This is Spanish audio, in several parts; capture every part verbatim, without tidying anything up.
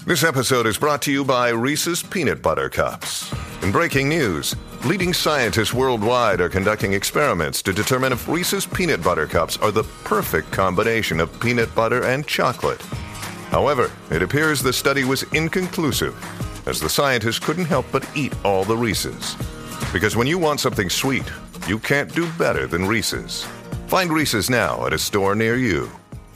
This episode is brought to you by Reese's Peanut Butter Cups. In breaking news, leading scientists worldwide are conducting experiments to determine if Reese's Peanut Butter Cups are the perfect combination of peanut butter and chocolate. However, it appears the study was inconclusive, as the scientists couldn't help but eat all the Reese's. Because when you want something sweet, you can't do better than Reese's. Find Reese's now at a store near you.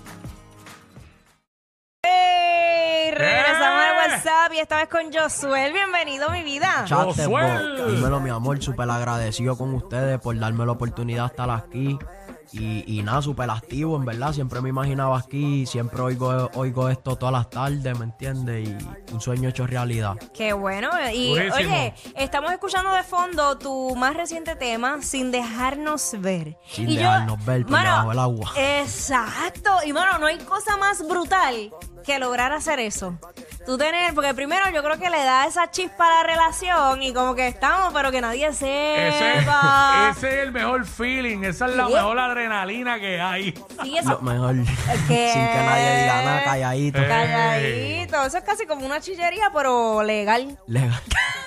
Regresamos al WhatsApp y esta vez con Josuel. Bienvenido, mi vida. Chate, dímelo, mi amor, súper agradecido con ustedes por darme la oportunidad de estar aquí. Y, y nada, súper activo, en verdad. Siempre me imaginaba aquí, siempre oigo, oigo esto todas las tardes, ¿me entiendes? Y un sueño hecho realidad. Qué bueno. Y Buenísimo. Oye, estamos escuchando de fondo tu más reciente tema, Sin Dejarnos Ver. Sin y dejarnos yo, ver por mano, debajo del agua. Exacto. Y mano, no hay cosa más brutal que lograr hacer eso. Tú tener, porque primero yo creo que le da esa chispa a la relación y como que estamos, pero que nadie Ese, sepa. ese es el mejor feeling, esa es la Sí. mejor adrenalina que hay. Sí, eso. Lo mejor, ¿Qué? sin que nadie diga nada, calladito. Eh. Calladito. Eso es casi como una chillería, pero legal. Legal.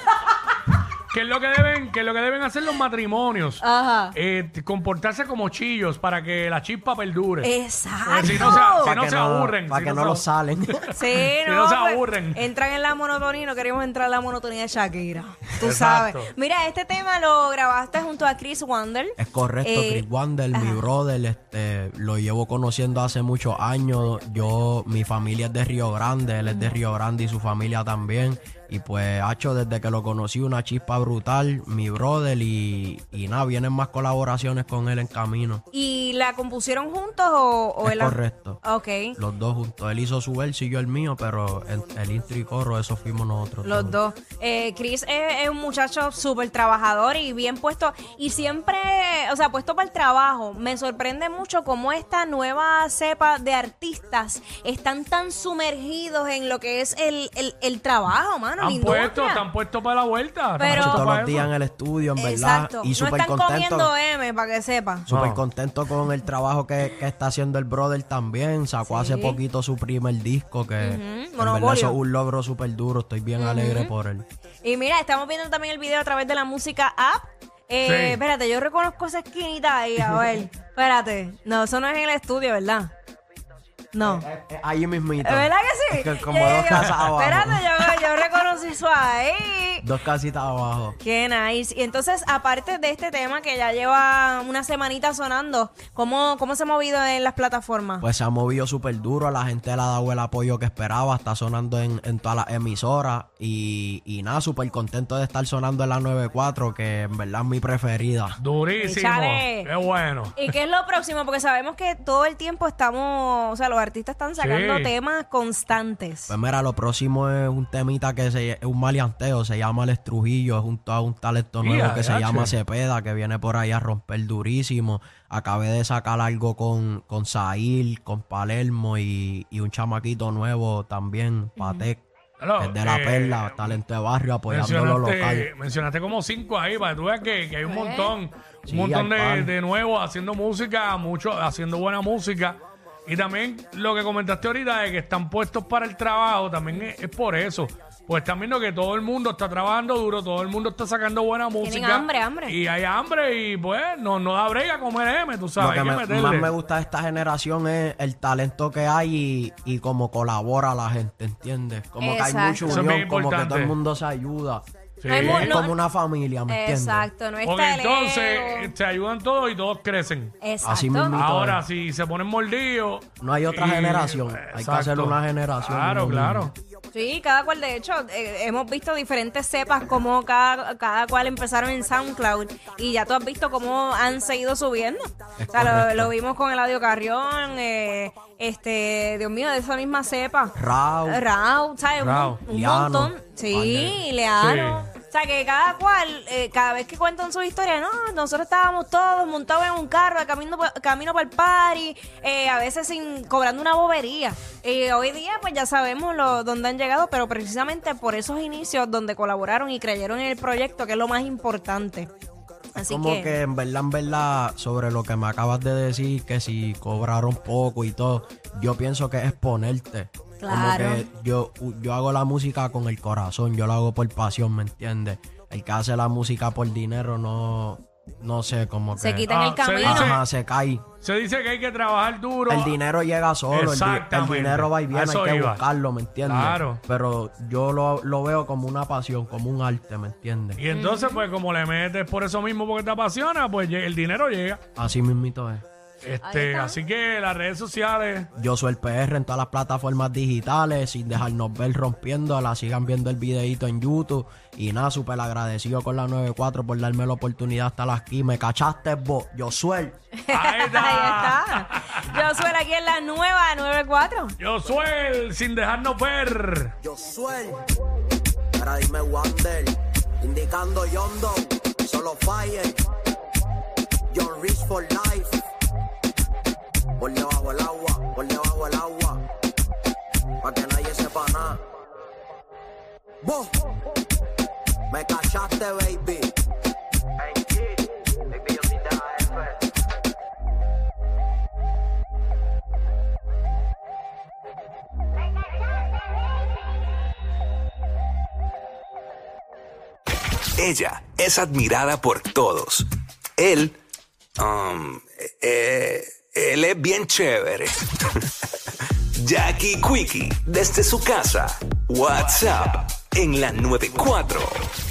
¿Qué es lo que deben, qué es lo que deben hacer los matrimonios? Ajá. Eh, t- comportarse como chillos para que la chispa perdure. Exacto. Porque si no se, si Para no que se no, aburren. para si que no se- lo salen. Sí, Si no, no se pues, aburren. entran en la monotonía y no queremos entrar en la monotonía de Shakira. Tú Exacto. sabes. Mira, este tema lo grabaste junto a Chris Wander. Es correcto, Eh, Chris Wander, mi brother, este, lo llevo conociendo hace muchos años. Yo, mi familia es de Río Grande, él es de Río Grande y su familia también. Y pues, hacho, desde que lo conocí, una chispa brutal, mi brother, y, y nada, vienen más colaboraciones con él en camino. ¿Y la compusieron juntos o, o Es él? correcto. Ok. Los dos juntos. Él hizo su verso y yo el mío, pero el, el intro y coro, eso fuimos nosotros. Los dos. Eh, Chris es, es un muchacho súper trabajador y bien puesto. Y siempre, o sea, puesto para el trabajo. Me sorprende mucho cómo esta nueva cepa de artistas están tan sumergidos en lo que es el, el, el trabajo, mano. la Han puesto, industria. están puestos para la vuelta. Pero- están puestos Todos para los días eso. en el estudio, en verdad. Exacto. Y No súper están contento. comiendo M, para que sepa. Súper No. contento con el trabajo que, que está haciendo el brother también. Sacó hace poquito su primer disco, que en verdad Monopolio. eso es un logro súper duro. Estoy bien alegre por él. Y mira, estamos viendo también el video a través de la música app. Eh, Sí. Espérate, yo reconozco esa esquinita ahí, a ver. Espérate. No, eso no es en el estudio, ¿verdad? No. Eh, Ahí mismito. ¿Es verdad que sí? Que como Yo- dos yo- casas abajo. Espérate, yo, yo reconocí eso ahí. Dos casitas abajo. Qué nice. Y entonces, aparte de este tema que ya lleva una semanita sonando, ¿cómo, cómo se ha movido en las plataformas? Pues se ha movido súper duro. A la gente le ha dado el apoyo que esperaba. Está sonando en, en todas las emisoras. Y, y nada, súper contento de estar sonando en la noventa y cuatro, que en verdad es mi preferida. Durísimo. Échale. Qué bueno. ¿Y qué es lo próximo? Porque sabemos que todo el tiempo estamos, o sea, los artistas están sacando Sí. temas constantes. Pues mira, lo próximo es un temita que se, es un maleanteo, se llama El Estrujillo, es junto a un talento nuevo Mira, que se yache. llama Cepeda, que viene por ahí a romper durísimo. Acabé de sacar algo con, con Zahil, con Palermo y, y un chamaquito nuevo también, Patek, Hello, que es de La eh, Perla, talento de barrio, apoyando lo local. Mencionaste, mencionaste como cinco ahí, para que tú veas que, que hay un montón, Sí, un montón hay de, pan. de nuevos haciendo música, mucho, haciendo buena música. Y también lo que comentaste ahorita de que están puestos para el trabajo, también es, es por eso. Pues están viendo que todo el mundo está trabajando duro, todo el mundo está sacando buena música. hambre, hambre. Y hay hambre y pues no, no da brega comer M, tú Lo sabes, que hay que me- meterle. más me gusta de esta generación es el talento que hay y, y cómo colabora la gente, ¿entiendes? Como que hay Exacto. mucha Eso es bien unión, como que todo importante. el mundo se ayuda. Sí. No hay mu- Es no- como una familia, ¿me entiendes? Exacto, no es Porque talero. entonces eh, se ayudan todos y todos crecen. Exacto. Así mismo. Ahora, si se ponen mordidos. No hay otra y- generación. Hay que hacer Exacto. una generación. Claro, uno claro. mismo. Sí, cada cual, de hecho, eh, hemos visto diferentes cepas como cada, cada cual empezaron en SoundCloud y ya tú has visto cómo han seguido subiendo. Es o sea, lo, correcto. lo vimos con Eladio Carrión, eh, este, Dios mío, de esa misma cepa. Rao. Rao, ¿sabes? Un, Rao. un Liano. montón. Sí, Vale. Leano. Sí. O sea, que cada cual, eh, cada vez que cuentan su historia, no, nosotros estábamos todos montados en un carro, de camino, pa- camino para el party, eh, a veces sin cobrando una bobería. Y hoy día, pues ya sabemos lo, dónde han llegado, pero precisamente por esos inicios donde colaboraron y creyeron en el proyecto, que es lo más importante. Así Como que, que en verdad, en verdad, sobre lo que me acabas de decir, que si cobraron poco y todo, yo pienso que es exponerte. Claro. Como que yo, yo hago la música con el corazón, yo lo hago por pasión, ¿me entiendes? El que hace la música por dinero no, no sé, como que... Se quita en Ah, el se camino. dice- Ajá, se cae. Se dice que hay que trabajar duro. El dinero llega solo, el, di- el Exactamente. dinero va y A viene, hay eso que iba. buscarlo, ¿me entiendes? Claro. Pero yo lo, lo veo como una pasión, como un arte, ¿me entiendes? Y entonces, pues, como le metes por eso mismo porque te apasiona, pues lle- el dinero llega. Así mismito es. Este, está. así que las redes sociales. Yo soy el P R en todas las plataformas digitales, sin dejarnos ver rompiéndola. Sigan viendo el videito en YouTube. Y nada, súper agradecido con la noventa y cuatro por darme la oportunidad de estar aquí. Me cachaste vos, yo soy. Ahí está. Ahí está. Yo soy aquí en la nueva noventa y cuatro. Yo soy el sin dejarnos ver. Yo soy. Ahora dime Wander. Indicando Yondo. Solo fire. John Rich for life. Por debajo el agua. Por debajo el agua. Pa' que nadie sepa nada. Vos. Me cachaste, baby. Ella es admirada por todos. Él, um, eh, él es bien chévere. Jackie Quickie, desde su casa. WhatsApp en la noventa y cuatro.